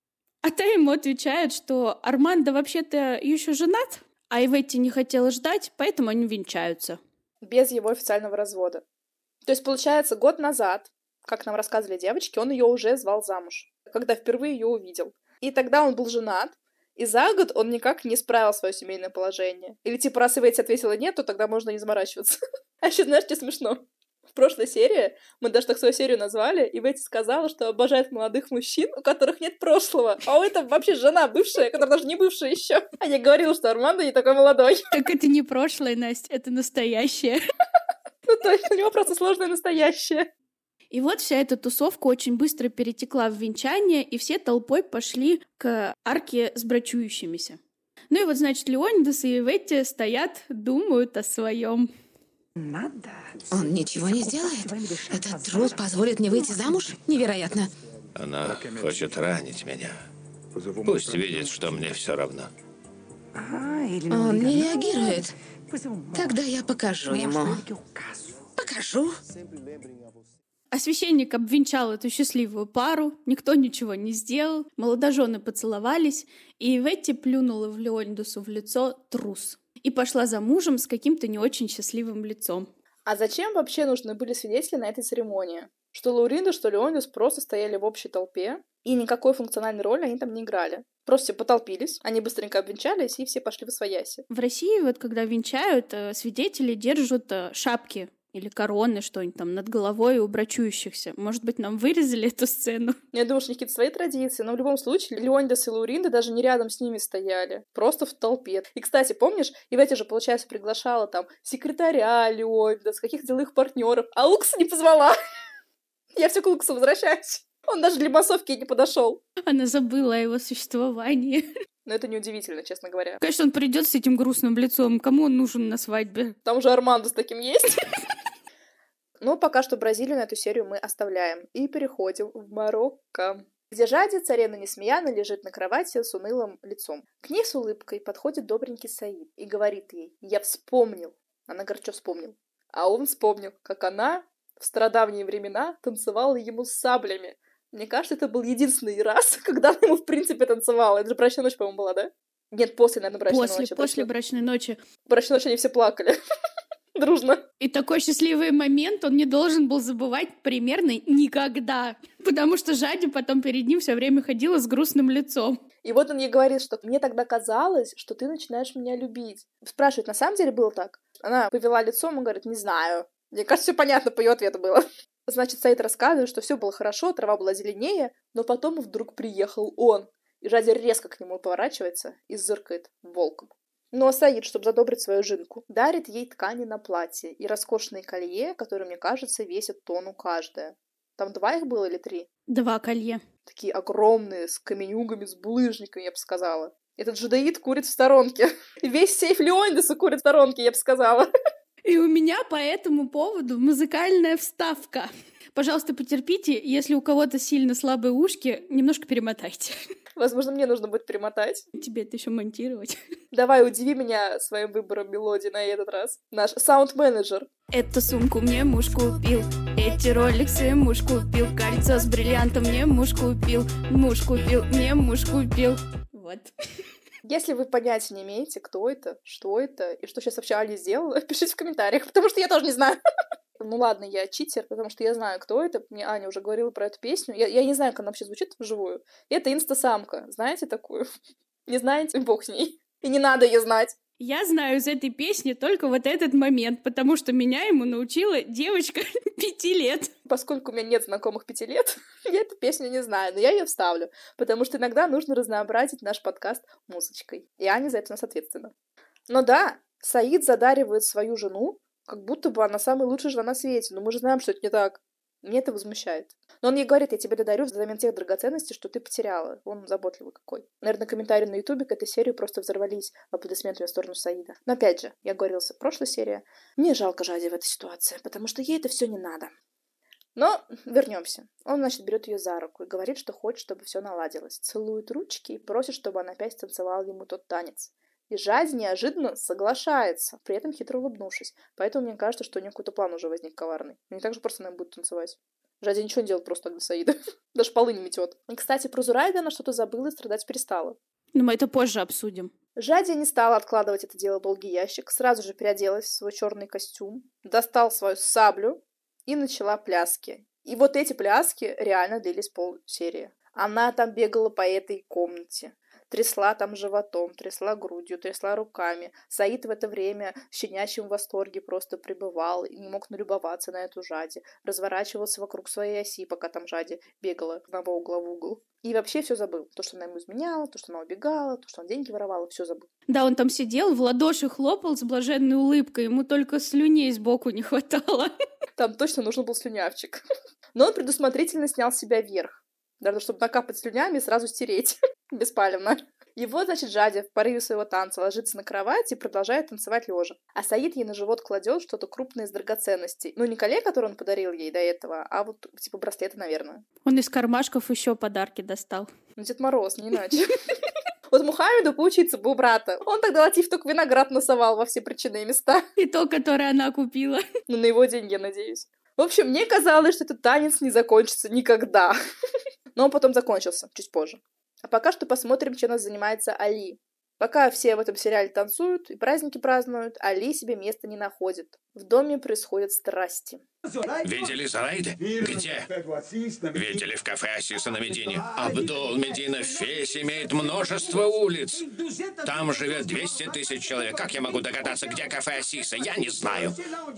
А та ему отвечает, что Армандо вообще-то еще женат, а Иветти не хотела ждать, поэтому они венчаются. Без его официального развода. То есть, получается, год назад, как нам рассказывали девочки, он ее уже звал замуж, когда впервые ее увидел. И тогда он был женат, и за год он никак не справил свое семейное положение. Или типа, раз Иветти ответила нет, то тогда можно не заморачиваться. А еще знаешь, что смешно? В прошлой серии, мы даже так свою серию назвали, Иветти сказала, что обожает молодых мужчин, у которых нет прошлого. А у этого вообще жена бывшая, которая даже не бывшая еще. А я говорила, что Армандо не такой молодой. Так это не прошлое, Настя, это настоящее. Ну то есть у него просто сложное настоящее. И вот вся эта тусовка очень быстро перетекла в венчание, и все толпой пошли к арке с брачующимися. Ну и вот, значит, Леонидас и Иветти стоят, думают о своем. Он ничего не сделает? Этот трус позволит мне выйти замуж? Невероятно. Она хочет ранить меня. Пусть видит, что мне все равно. Он не реагирует. Тогда я покажу ему. Покажу. А священник обвенчал эту счастливую пару, никто ничего не сделал, молодожены поцеловались, и Иветти плюнула в Леонидасу в лицо трус. И пошла за мужем с каким-то не очень счастливым лицом. А зачем вообще нужны были свидетели на этой церемонии? Что Лауринда, что Леонидас просто стояли в общей толпе, и никакой функциональной роли они там не играли. Просто все потолпились, они быстренько обвенчались, и все пошли восвояси. В России вот когда венчают, свидетели держат шапки или короны, что-нибудь там над головой у брачующихся. Может быть, нам вырезали эту сцену? Я думаю, что у них какие-то свои традиции, но в любом случае Леонидас и Лауринда даже не рядом с ними стояли, просто в толпе. И, кстати, помнишь, Иветти же, получается, приглашала там секретаря Леонидас, каких-то деловых партнеров, а Лукса не позвала. Я все к Луксу возвращаюсь. Он даже для массовки не подошел. Она забыла о его существовании. Но это неудивительно, честно говоря. Конечно, он придет с этим грустным лицом. Кому он нужен на свадьбе? Там уже Армандо с таким есть. Но пока что Бразилию на эту серию мы оставляем. И переходим в Марокко, где Жади, царевна Несмеяна, лежит на кровати с унылым лицом. К ней с улыбкой подходит добренький Саид и говорит ей: «Я вспомнил». Она говорит, что вспомнил. А он вспомнил, как она в стародавние времена танцевала ему с саблями. Мне кажется, это был единственный раз, когда она ему, в принципе, танцевала. Это же брачная ночь, по-моему, была, да? Нет, после, наверное, брачной ночи. После брачной ночи. В брачной ночи они все плакали. Дружно. И такой счастливый момент он не должен был забывать примерно никогда. Потому что Жади потом перед ним все время ходила с грустным лицом. И вот он ей говорит, что мне тогда казалось, что ты начинаешь меня любить. Спрашивает, на самом деле было так? Она повела лицом и говорит, не знаю. Мне кажется, все понятно по ее ответу было. Значит, Саид рассказывает, что все было хорошо, трава была зеленее, но потом вдруг приехал он. И Жади резко к нему поворачивается и зыркает волком. Ну а Саид, чтобы задобрить свою жинку, дарит ей ткани на платье и роскошные колье, которые, мне кажется, весят тонну каждое. Там 2 их было или 3? 2 колье. Такие огромные, с каменюгами, с булыжниками, я бы сказала. Этот джедаид курит в сторонке. Весь сейф Леонидаса курит в сторонке, я бы сказала. И у меня по этому поводу музыкальная вставка. Пожалуйста, потерпите, если у кого-то сильно слабые ушки, немножко перемотайте. Возможно, мне нужно будет перемотать. Тебе это еще монтировать. Давай, удиви меня своим выбором мелодии на этот раз. Наш саунд-менеджер. Эту сумку мне муж купил, эти роликсы муж купил, кольцо с бриллиантом мне муж купил, мне муж купил. Вот. Если вы понятия не имеете, кто это, что это, и что сейчас вообще Али сделала, пишите в комментариях, потому что я тоже не знаю. Ну ладно, я читер, потому что я знаю, кто это. Мне Аня уже говорила про эту песню. Я не знаю, как она вообще звучит вживую. Это инстасамка. Знаете такую? Не знаете? Бог с ней. И не надо ее знать. Я знаю из этой песни только вот этот момент, потому что меня ему научила девочка 5 лет. Поскольку у меня нет знакомых 5 лет, я эту песню не знаю, но я ее вставлю, потому что иногда нужно разнообразить наш подкаст музычкой. И Аня за это у нас ответственна. Но да, Саид задаривает свою жену, как будто бы она самая лучшая жена на свете, но мы же знаем, что это не так. Мне это возмущает. Но он ей говорит: я тебе дарю взамен тех драгоценностей, что ты потеряла. Он заботливый какой. Наверное, комментарии на Ютубе к этой серии просто взорвались аплодисментами в сторону Саида. Но опять же, я говорила в прошлой серии, мне жалко Жади в этой ситуации, потому что ей это все не надо. Но вернемся. Он, значит, берет ее за руку и говорит, что хочет, чтобы все наладилось. Целует ручки и просит, чтобы она опять танцевала ему тот танец. И Жади неожиданно соглашается, при этом хитро улыбнувшись. Поэтому мне кажется, что у нее какой-то план уже возник коварный. Не так же просто она будет танцевать. Жади ничего не делает просто так для Саида. Даже полы не метет. И, кстати, про Зурайда она что-то забыла и страдать перестала. Но мы это позже обсудим. Жади не стала откладывать это дело в долгий ящик, сразу же переоделась в свой черный костюм, достал свою саблю и начала пляски. И вот эти пляски реально длились полсерии. Она там бегала по этой комнате. Трясла там животом, трясла грудью, трясла руками. Саид в это время в щенячьем восторге просто пребывал и не мог налюбоваться на эту Жади. Разворачивался вокруг своей оси, пока там Жади бегала с одного угла в угол. И вообще все забыл. То, что она ему изменяла, то, что она убегала, то, что он деньги воровала, все забыл. Да, он там сидел, в ладоши хлопал с блаженной улыбкой. Ему только слюней сбоку не хватало. Там точно нужен был слюнявчик. Но он предусмотрительно снял с себя верх. Даже чтобы накапать слюнями и сразу стереть. Беспалевно. И вот, значит, Жади в порыве своего танца ложится на кровать и продолжает танцевать лежа. А Саид ей на живот кладет что-то крупное из драгоценностей. Ну, не коле, который он подарил ей до этого, а вот типа браслеты, наверное. Он из кармашков еще подарки достал. Ну, Дед Мороз, не иначе. Вот Мухаммеду поучиться бы у брата. Он тогда Латиф только виноград носовал во все причинные места. И то, которое она купила. Ну, на его деньги, я надеюсь. В общем, мне казалось, что этот танец не закончится никогда. Но он потом закончился, чуть позже. А пока что посмотрим, чем нас занимается Али. Пока все в этом сериале танцуют и праздники празднуют, Али себе места не находит. В доме происходят страсти. Видели Зурайда? Где? Видели в кафе Асиса на Медине. Абдул Медина Фейс имеет множество улиц. Там живет 200 тысяч человек. Как я могу догадаться, где кафе Асиса? Я не знаю.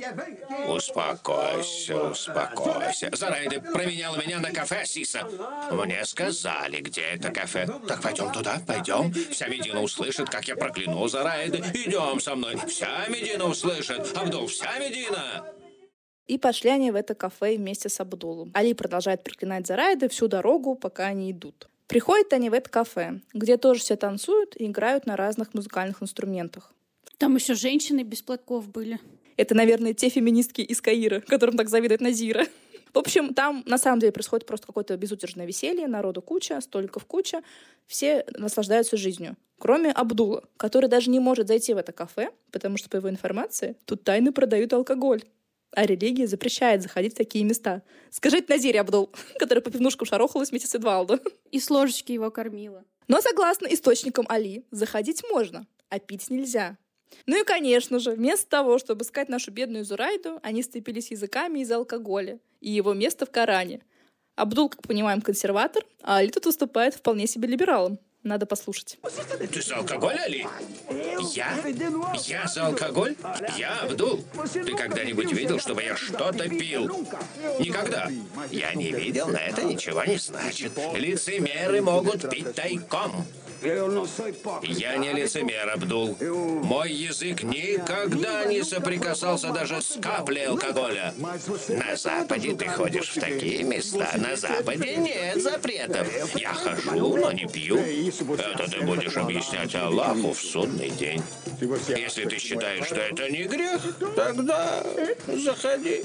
Успокойся, успокойся. Зурайда променяла меня на кафе Асиса. Мне сказали, где это кафе. Так пойдем туда, пойдем. Вся Медина услышит, как я прокляну Зурайда. Идем со мной. Вся Медина услышит. Абдул, вся Медина. И пошли они в это кафе вместе с Абдулом. Али продолжает проклинать Зурайда всю дорогу, пока они идут. Приходят они в это кафе, где тоже все танцуют и играют на разных музыкальных инструментах. Там еще женщины без платков были. Это, наверное, те феминистки из Каира, которым так завидует Назира. В общем, там на самом деле происходит просто какое-то безудержное веселье, народу куча, столиков куча, все наслаждаются жизнью. Кроме Абдула, который даже не может зайти в это кафе, потому что, по его информации, тут тайно продают алкоголь. А религия запрещает заходить в такие места. Скажите Назире, Абдул, которая по пивнушкам шарохалась вместе с Эдвалдо. И с ложечки его кормила. Но, согласно источникам Али, заходить можно, а пить нельзя. Ну и, конечно же, вместо того, чтобы искать нашу бедную Зурайду, они сцепились языками из-за алкоголя и его место в Коране. Абдул, как понимаем, консерватор, а Али тут выступает вполне себе либералом. Надо послушать. Ты за алкоголь, Али? Я? Я за алкоголь? Я, Абдул. Ты когда-нибудь видел, чтобы я что-то пил? Никогда. Я не видел, но это ничего не значит. Лицемеры могут пить тайком. Я не лицемер, Абдул. Мой язык никогда не соприкасался даже с каплей алкоголя. На Западе ты ходишь в такие места. На Западе нет запретов. Я хожу, но не пью. Это ты будешь объяснять Аллаху в судный день. Если ты считаешь, что это не грех, тогда заходи.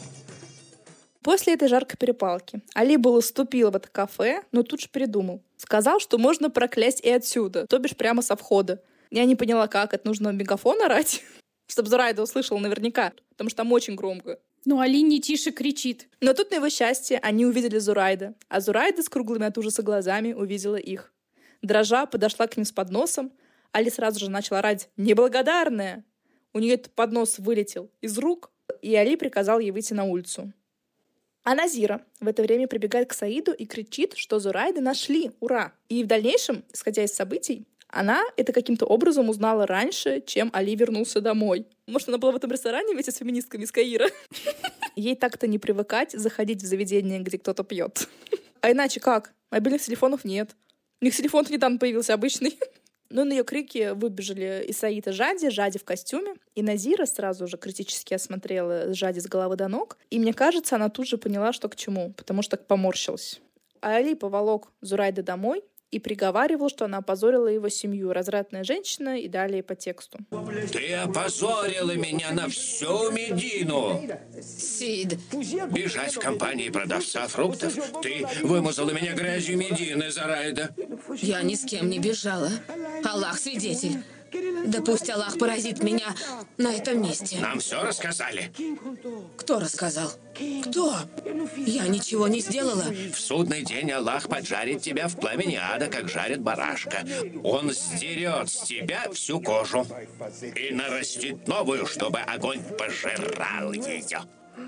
После этой жаркой перепалки Али было вступил в это кафе, но тут же передумал. Сказал, что можно проклясть и отсюда, то бишь прямо со входа. Я не поняла, как. Это нужно в мегафон орать, чтобы Зурайда услышала наверняка, потому что там очень громко. Ну, Али не тише кричит. Но тут, на его счастье, они увидели Зурайда, а Зурайда с круглыми от ужаса глазами увидела их. Дрожа подошла к ним с подносом. Али сразу же начала орать: «Неблагодарная!» У нее этот поднос вылетел из рук, и Али приказал ей выйти на улицу. А Назира в это время прибегает к Саиду и кричит, что Зурайды нашли, ура! И в дальнейшем, исходя из событий, она это каким-то образом узнала раньше, чем Али вернулся домой. Может, она была в этом ресторане вместе с феминистками из Каира? Ей так-то не привыкать заходить в заведение, где кто-то пьет. А иначе как? Мобильных телефонов нет. У них телефон недавно появился обычный. Но на ее крики выбежали и Саид, и Жади в костюме. И Назира сразу же критически осмотрела Жади с головы до ног. И мне кажется, она тут же поняла, что к чему, потому что так поморщилась. А Али поволок Зурайды домой и приговаривал, что она опозорила его семью, развратная женщина, и далее по тексту. Ты опозорила меня на всю Медину. Сид, Бежать в компании продавца фруктов? Ты вымазала меня грязью Медины, Зурайда. я ни с кем не бежала. Аллах свидетель. Да пусть Аллах поразит меня на этом месте. Нам все рассказали. Кто рассказал? Кто? Я ничего не сделала. В судный день Аллах поджарит тебя в пламени ада, как жарит барашка. Он сдерет с тебя всю кожу и нарастит новую, чтобы огонь пожирал ее.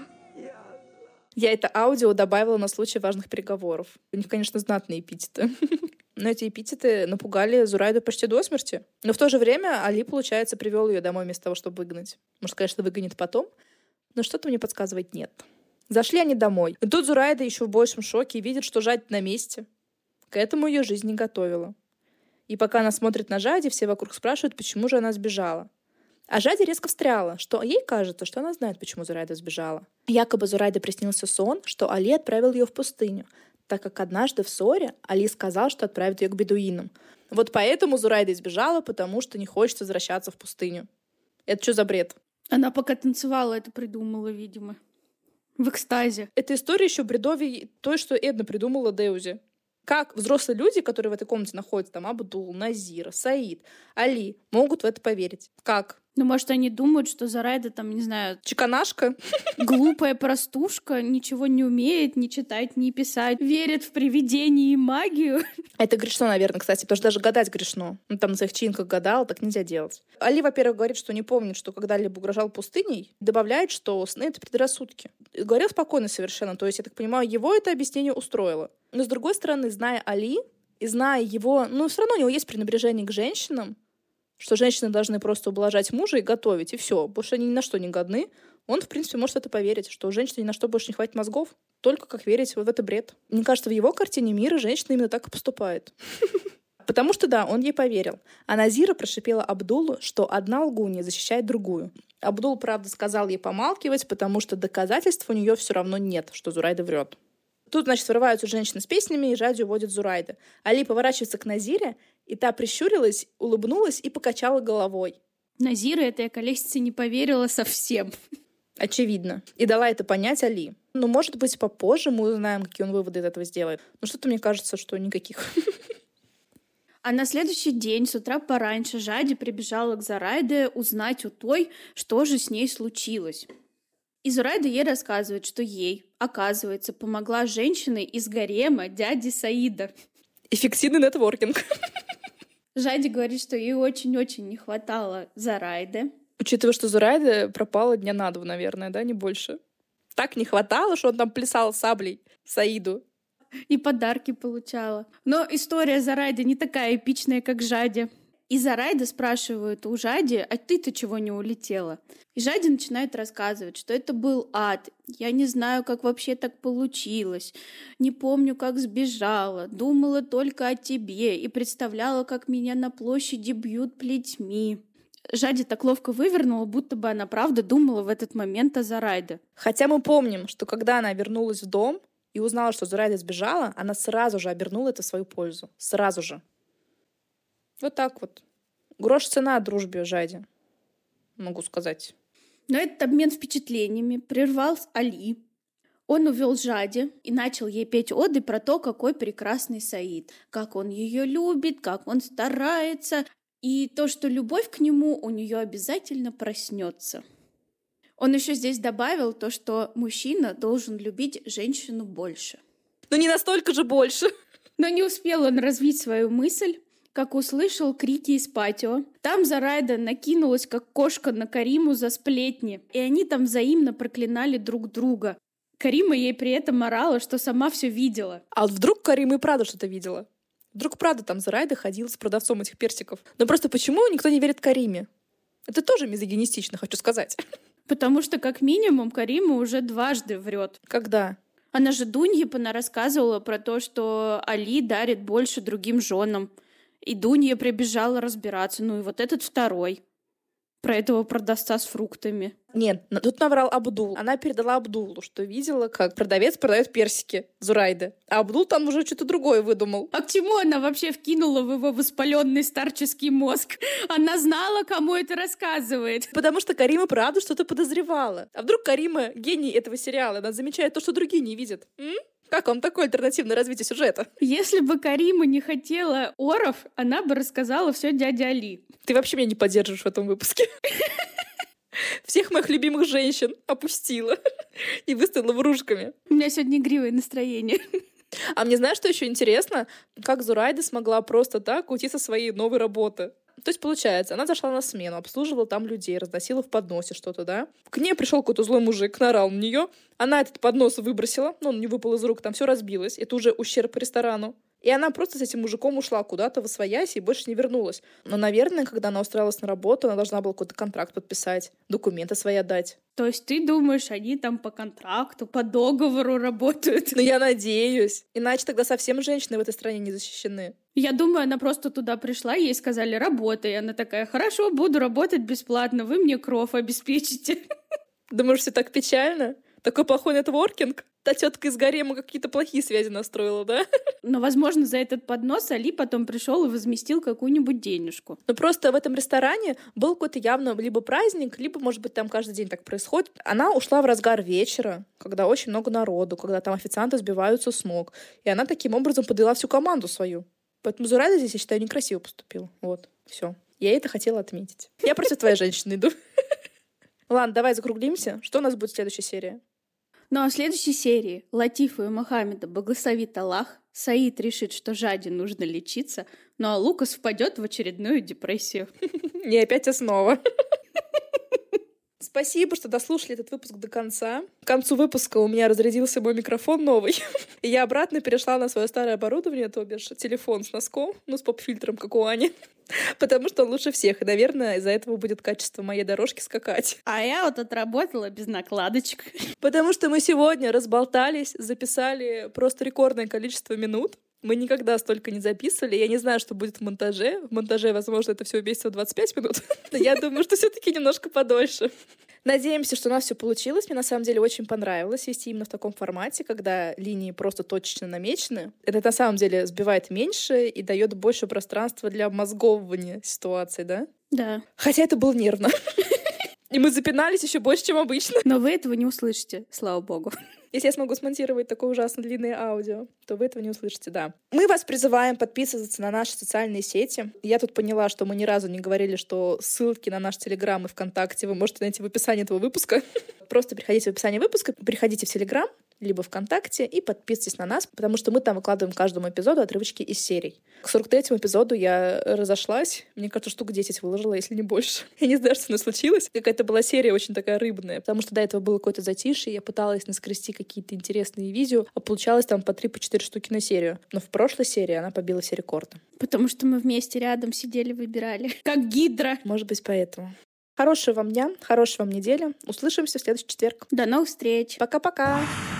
Я это аудио добавила на случай важных переговоров. У них, конечно, знатные эпитеты. Но эти эпитеты напугали Зурайду почти до смерти. Но в то же время Али, получается, привел ее домой вместо того, чтобы выгнать. Может, конечно, выгонит потом, но что-то мне подсказывает нет. Зашли они домой. И тут Зурайда еще в большем шоке и видит, что Жади на месте. К этому ее жизнь не готовила. И пока она смотрит на Жади, все вокруг спрашивают, почему же она сбежала. А Жади резко встряла, что ей кажется, что она знает, почему Зурайда сбежала. Якобы Зурайде приснился сон, что Али отправил ее в пустыню, так как однажды в ссоре Али сказал, что отправит ее к бедуинам. Вот поэтому Зурайда избежала, потому что не хочет возвращаться в пустыню. Это что за бред? Она пока танцевала, это придумала, видимо. В экстазе. Эта история еще бредовей той, что Эдна придумала Деузи. Как взрослые люди, которые в этой комнате находятся, там Абдул, Назира, Саид, Али, могут в это поверить? Как? Ну, может, они думают, что Зурайда там, не знаю, Чеканашка? глупая простушка, ничего не умеет, ни читать, ни писать, верит в привидения и магию. Это грешно, наверное, кстати, потому что даже гадать грешно. Ну, там на своих чинках гадал, так нельзя делать. Али, во-первых, говорит, что не помнит, что когда-либо угрожал пустыней, добавляет, что сны — это предрассудки. И говорил спокойно совершенно, то есть, я так понимаю, его это объяснение устроило. Но, с другой стороны, зная Али и зная его, ну, все равно у него есть пренебрежение к женщинам, что женщины должны просто ублажать мужа и готовить, и все. Потому что они ни на что не годны. Он, в принципе, может в это поверить, что у женщины ни на что больше не хватит мозгов. Только как верить в это бред. Мне кажется, в его картине мира женщина именно так и поступает. Потому что, да, он ей поверил. А Назира прошипела Абдулу, что одна лгунья защищает другую. Абдул, правда, сказал ей помалкивать, потому что доказательств у нее все равно нет, что Зурайда врет. Тут, значит, врываются женщины с песнями, и Жади уводит Зурайда. Али поворачивается к Назире, и та прищурилась, улыбнулась и покачала головой. Назира этой околесице не поверила совсем. Очевидно. И дала это понять Али. Ну, может быть, попозже мы узнаем, какие он выводы из этого сделает. Но что-то мне кажется, что никаких. А на следующий день с утра пораньше Жади прибежала к Зурайде узнать у той, что же с ней случилось. И Зурайда ей рассказывает, что ей, оказывается, помогла женщина из гарема дяди Саида. Эффективный нетворкинг. Жади говорит, что ей очень-очень не хватало Зурайды. Учитывая, что Зурайда пропала дня на два, наверное, да, не больше. Так не хватало, что он там плясал саблей Саиду. И подарки получала. Но история Зурайды не такая эпичная, как Жади. И Зарайда спрашивает у Жади: а ты-то чего не улетела? И Жади начинает рассказывать, что это был ад. Я не знаю, как вообще так получилось. Не помню, как сбежала. Думала только о тебе и представляла, как меня на площади бьют плетьми. Жади так ловко вывернула, будто бы она правда думала в этот момент о Зарайде. Хотя мы помним, что когда она вернулась в дом и узнала, что Зарайда сбежала, она сразу же обернула это в свою пользу. Сразу же. Вот так вот. Грош цена дружбе Жади, могу сказать. Но этот обмен впечатлениями прервал Али. Он увел Жади и начал ей петь оды про то, какой прекрасный Саид, как он ее любит, как он старается, и то, что любовь к нему у нее обязательно проснется. Он еще здесь добавил то, что мужчина должен любить женщину больше. Но не настолько же больше. Но не успел он развить свою мысль, как услышал крики из патио. Там Зарайда накинулась, как кошка, на Кариму за сплетни, и они там взаимно проклинали друг друга. Карима ей при этом орала, что сама все видела. А вот вдруг Карима и правда что-то видела? Вдруг правда там Зарайда ходила с продавцом этих персиков? Но просто почему никто не верит Кариме? Это тоже мизогинистично, хочу сказать. Потому что, как минимум, Карима уже дважды врет. Когда? Она же Дунье рассказывала про то, что Али дарит больше другим женам. И Дунья прибежала разбираться. Ну и вот этот второй. Про этого продавца с фруктами. Нет, тут наврал Абдул. Она передала Абдулу, что видела, как продавец продает персики Зурайды. А Абдул там уже что-то другое выдумал. А к чему она вообще вкинула в его воспаленный старческий мозг? Она знала, кому это рассказывает. Потому что Карима правда что-то подозревала. А вдруг Карима гений этого сериала? Она замечает то, что другие не видят. Как вам такое альтернативное развитие сюжета? Если бы Карима не хотела оров, она бы рассказала все дяде Али. Ты вообще меня не поддерживаешь в этом выпуске. Всех моих любимых женщин опустила и выставила вружками. У меня сегодня игривое настроение. А мне знаешь, что еще интересно? Как Зурайда смогла просто так уйти со своей новой работы? То есть, получается, она зашла на смену, обслуживала там людей, разносила в подносе что-то, да? К ней пришел какой-то злой мужик, наорал на нее. Она этот поднос выбросила, но он не выпал из рук, там все разбилось. Это уже ущерб ресторану. И она просто с этим мужиком ушла куда-то восвоясь и больше не вернулась. Но, наверное, когда она устраивалась на работу, она должна была какой-то контракт подписать, документы свои отдать. То есть ты думаешь, они там по контракту, по договору работают? Ну, я надеюсь. Иначе тогда совсем женщины в этой стране не защищены. Я думаю, она просто туда пришла, ей сказали: работай. И она такая: хорошо, буду работать бесплатно, вы мне кров обеспечите. Думаешь, все так печально? Такой плохой нетворкинг? Та тетка из гарема какие-то плохие связи настроила, да? Но, возможно, за этот поднос Али потом пришел и возместил какую-нибудь денежку. Но просто в этом ресторане был какой-то явно либо праздник, либо, может быть, там каждый день так происходит. Она ушла в разгар вечера, когда очень много народу, когда там официанты сбиваются с ног. И она таким образом подвела всю команду свою. Поэтому Зурайда здесь, я считаю, некрасиво поступила. Вот, все. Я это хотела отметить. Я против твоей женщины иду. Ладно, давай закруглимся. Что у нас будет в следующей серии? Ну а в следующей серии Латифу и Мохаммеда благословит Аллах, Саид решит, что Жаде нужно лечиться, ну а Лукас впадет в очередную депрессию. И опять основа. Спасибо, что дослушали этот выпуск до конца. К концу выпуска у меня разрядился мой микрофон новый. И я обратно перешла на свое старое оборудование, то бишь телефон с носком, ну, с поп-фильтром, как у Ани. Потому что он лучше всех. И, наверное, из-за этого будет качество моей дорожки скакать. А я вот отработала без накладочек. Потому что мы сегодня разболтались, записали просто рекордное количество минут. Мы никогда столько не записывали. Я не знаю, что будет в монтаже. В монтаже, возможно, это все вместе в 25 минут. Но я думаю, что все-таки немножко подольше. Надеемся, что у нас все получилось. Мне на самом деле очень понравилось вести именно в таком формате, когда линии просто точечно намечены. Это на самом деле сбивает меньше и дает больше пространства для обмозговывания ситуации, да? Да. Хотя это было нервно. И мы запинались еще больше, чем обычно. Но вы этого не услышите, слава богу. Если я смогу смонтировать такое ужасно длинное аудио, то вы этого не услышите, да. Мы вас призываем подписываться на наши социальные сети. Я тут поняла, что мы ни разу не говорили, что ссылки на наш Телеграм и ВКонтакте вы можете найти в описании этого выпуска. Просто переходите в описание выпуска, переходите в Телеграм, либо ВКонтакте и подписывайтесь на нас, потому что мы там выкладываем каждому эпизоду отрывочки из серий. К 43-му эпизоду я разошлась. Мне кажется, штук 10 выложила, если не больше. Я не знаю, что со мной случилось. Какая-то была серия очень такая рыбная, потому что до этого было какое-то затишье, я пыталась наскрести какие-то интересные видео, а получалось там по 3-4 штуки на серию. Но в прошлой серии она побила все рекорды. Потому что мы вместе рядом сидели, выбирали. Как гидра. Может быть, поэтому. Хорошего вам дня, хорошей вам недели. Услышимся в следующий четверг. До новых встреч. Пока-пока.